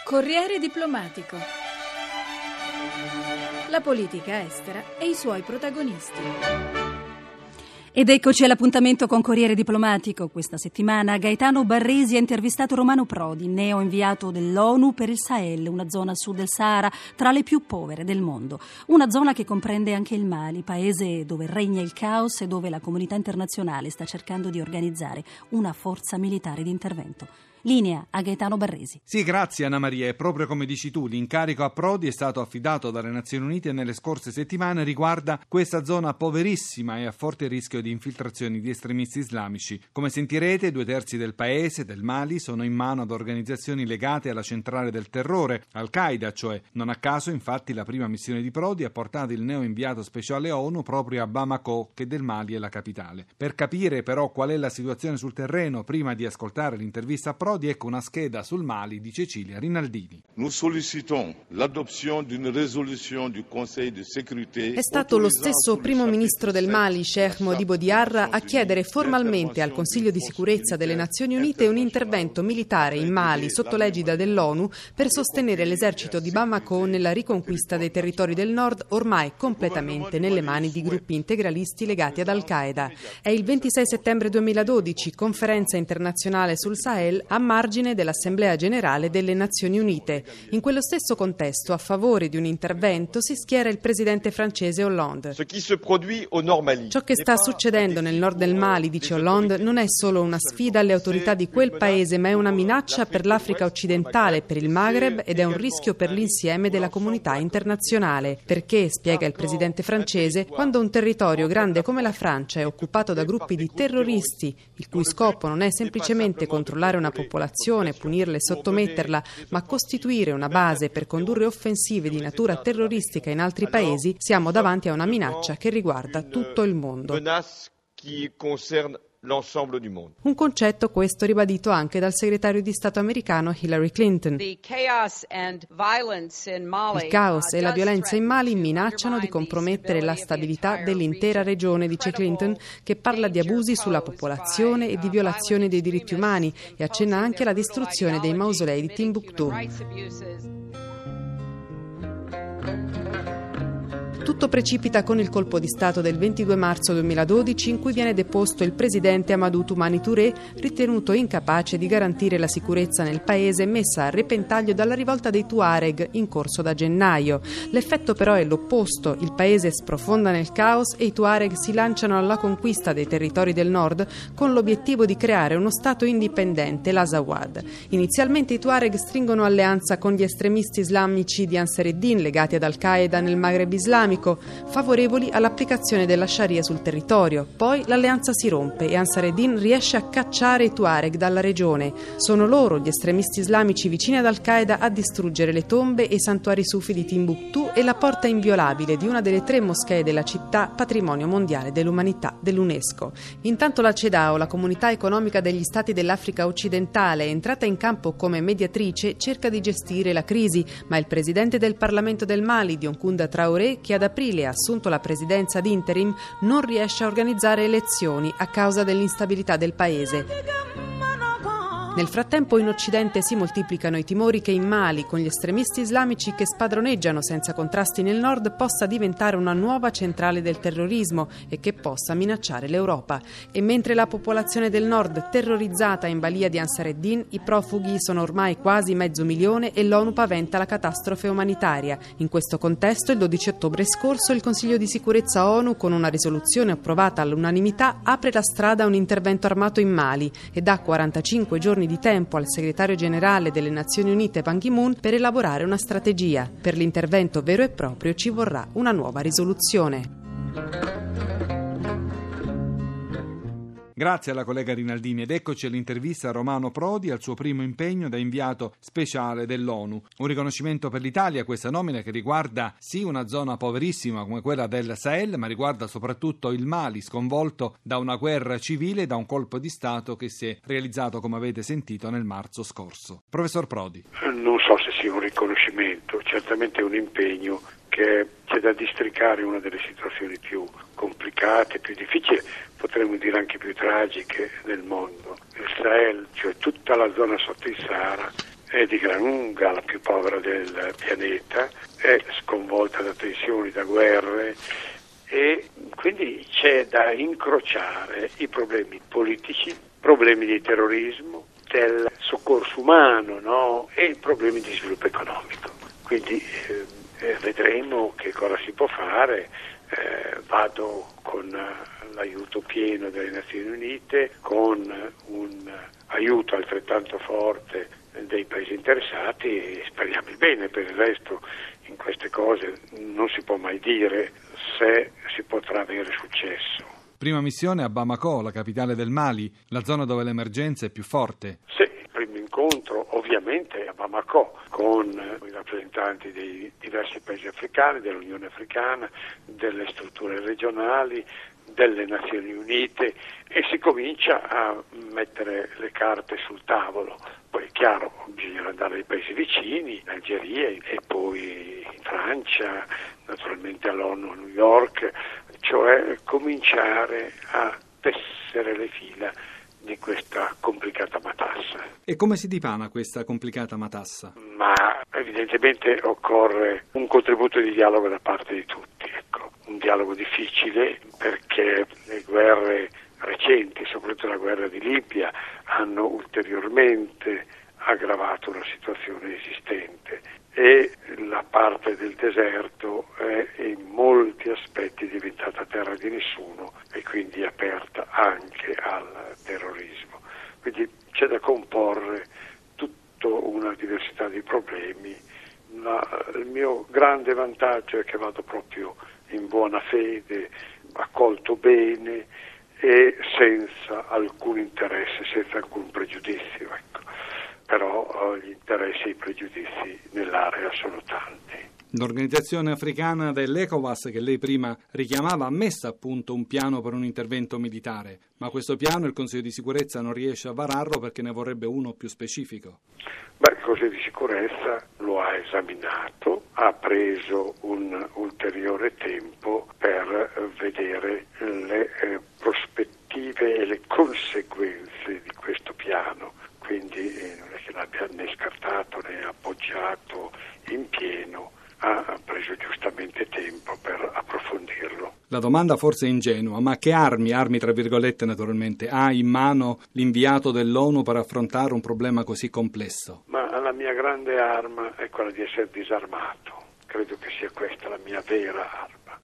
Corriere diplomatico. La politica estera e i suoi protagonisti. Ed eccoci all'appuntamento con Corriere Diplomatico. Questa settimana Gaetano Barresi ha intervistato Romano Prodi, neo inviato dell'ONU per il Sahel, una zona a sud del Sahara tra le più povere del mondo. Una zona che comprende anche il Mali, paese dove regna il caos e dove la comunità internazionale sta cercando di organizzare una forza militare di intervento. Linea a Gaetano Barresi. Sì, grazie Anna Maria. E proprio come dici tu, l'incarico a Prodi è stato affidato dalle Nazioni Unite nelle scorse settimane e riguarda questa zona poverissima e a forte rischio di infiltrazioni di estremisti islamici. Come sentirete, 2/3 del paese, del Mali, sono in mano ad organizzazioni legate alla centrale del terrore, Al-Qaeda, cioè. Non a caso, infatti, la prima missione di Prodi ha portato il neo inviato speciale ONU proprio a Bamako, che del Mali è la capitale. Per capire però qual è la situazione sul terreno, prima di ascoltare l'intervista a Prodi, ecco una scheda sul Mali di Cecilia Rinaldini. È stato lo stesso primo ministro del Mali, Cheikh Modibo Diarra, a chiedere formalmente al Consiglio di sicurezza delle Nazioni Unite un intervento militare in Mali sotto l'egida dell'ONU per sostenere l'esercito di Bamako nella riconquista dei territori del nord, ormai completamente nelle mani di gruppi integralisti legati ad Al-Qaeda. È il 26 settembre 2012, conferenza internazionale sul Sahel a margine dell'Assemblea Generale delle Nazioni Unite. In quello stesso contesto, a favore di un intervento, si schiera il presidente francese Hollande. Ciò che sta succedendo nel nord del Mali, dice Hollande, non è solo una sfida alle autorità di quel paese, ma è una minaccia per l'Africa occidentale, per il Maghreb ed è un rischio per l'insieme della comunità internazionale. Perché, spiega il presidente francese, quando un territorio grande come la Francia è occupato da gruppi di terroristi, il cui scopo non è semplicemente controllare una popolazione, punirla e sottometterla, ma costituire una base per condurre offensive di natura terroristica in altri paesi, siamo davanti a una minaccia che riguarda tutto il mondo. Un concetto questo ribadito anche dal segretario di Stato americano Hillary Clinton. Il caos e la violenza in Mali minacciano di compromettere la stabilità dell'intera regione, dice Clinton, che parla di abusi sulla popolazione e di violazione dei diritti umani e accenna anche alla distruzione dei mausolei di Timbuktu. Tutto precipita con il colpo di Stato del 22 marzo 2012 in cui viene deposto il presidente Amadou Toumani Touré, ritenuto incapace di garantire la sicurezza nel paese messa a repentaglio dalla rivolta dei Tuareg in corso da gennaio. L'effetto però è l'opposto, il paese sprofonda nel caos e i Tuareg si lanciano alla conquista dei territori del nord con l'obiettivo di creare uno stato indipendente, l'Azawad. Inizialmente i Tuareg stringono alleanza con gli estremisti islamici di Ansar Eddin legati ad Al-Qaeda nel Maghreb islamico, favorevoli all'applicazione della Sharia sul territorio. Poi l'alleanza si rompe e Ansar Eddin riesce a cacciare i Tuareg dalla regione. Sono loro, gli estremisti islamici vicini ad Al-Qaeda, a distruggere le tombe e i santuari sufi di Timbuktu e la porta inviolabile di una delle 3 moschee della città, patrimonio mondiale dell'umanità dell'UNESCO. Intanto la CEDAW, la Comunità Economica degli Stati dell'Africa Occidentale, entrata in campo come mediatrice, cerca di gestire la crisi, ma il presidente del Parlamento del Mali, Dioncounda Traoré, che ad aprile ha assunto la presidenza ad interim, non riesce a organizzare elezioni a causa dell'instabilità del paese. Nel frattempo in Occidente si moltiplicano i timori che in Mali, con gli estremisti islamici che spadroneggiano senza contrasti nel nord, possa diventare una nuova centrale del terrorismo e che possa minacciare l'Europa. E mentre la popolazione del nord, terrorizzata in balia di Ansar Eddin, i profughi sono ormai quasi 500.000 e l'ONU paventa la catastrofe umanitaria. In questo contesto, il 12 ottobre scorso, il Consiglio di sicurezza ONU, con una risoluzione approvata all'unanimità, apre la strada a un intervento armato in Mali e dà 45 giorni di tempo al segretario generale delle Nazioni Unite Ban Ki-moon per elaborare una strategia. Per l'intervento vero e proprio ci vorrà una nuova risoluzione. Grazie alla collega Rinaldini ed eccoci all'intervista a Romano Prodi al suo primo impegno da inviato speciale dell'ONU. Un riconoscimento per l'Italia, questa nomina che riguarda sì una zona poverissima come quella del Sahel, ma riguarda soprattutto il Mali, sconvolto da una guerra civile e da un colpo di Stato che si è realizzato, come avete sentito, nel marzo scorso. Professor Prodi. Non so se sia un riconoscimento, certamente è un impegno che c'è da districare una delle situazioni più complicate, più difficili, potremmo dire anche più tragiche del mondo. Il Sahel, cioè tutta la zona sotto il Sahara, è di gran lunga la più povera del pianeta, è sconvolta da tensioni, da guerre, e quindi c'è da incrociare i problemi politici, problemi di terrorismo, del soccorso umano, no? E i problemi di sviluppo economico. Quindi vedremo che cosa si può fare. Vado con l'aiuto pieno delle Nazioni Unite, con un aiuto altrettanto forte dei paesi interessati, e speriamo il bene. Per il resto in queste cose non si può mai dire se si potrà avere successo. Prima missione a Bamako, la capitale del Mali, la zona dove l'emergenza è più forte. Sì, il primo incontro ovviamente a Bamako con i rappresentanti dei diversi paesi africani, dell'Unione Africana, delle strutture regionali, delle Nazioni Unite, e si comincia a mettere le carte sul tavolo. Poi è chiaro, bisogna andare ai paesi vicini, in Algeria e poi in Francia, naturalmente all'ONU a New York, cioè cominciare a tessere le fila di questa complicata matassa. E come si dipana questa complicata matassa? Ma evidentemente occorre un contributo di dialogo da parte di tutti, ecco. Un dialogo difficile perché le guerre recenti, soprattutto la guerra di Libia, hanno ulteriormente aggravato una situazione esistente, e la parte del deserto è in molti aspetti diventata terra di nessuno e quindi aperta anche al terrorismo. Quindi c'è da comporre tutta una diversità di problemi. Il mio grande vantaggio è che vado proprio in buona fede, accolto bene e senza alcun interesse, senza alcun pregiudizio, ecco. Però gli interessi e i pregiudizi nell'area sono tanti. L'organizzazione africana dell'ECOWAS, che lei prima richiamava, ha messo appunto un piano per un intervento militare, ma questo piano il Consiglio di sicurezza non riesce a vararlo perché ne vorrebbe uno più specifico. Il Consiglio di sicurezza lo ha esaminato, ha preso un ulteriore tempo per vedere le prospettive e le conseguenze di questo piano, quindi non è che l'abbia né scartato né appoggiato in pieno, ha preso giustamente tempo per approfondirlo. La domanda forse è ingenua, ma che armi tra virgolette naturalmente, ha in mano l'inviato dell'ONU per affrontare un problema così complesso? Ma la mia grande arma è quella di essere disarmato. Credo che sia questa la mia vera arma.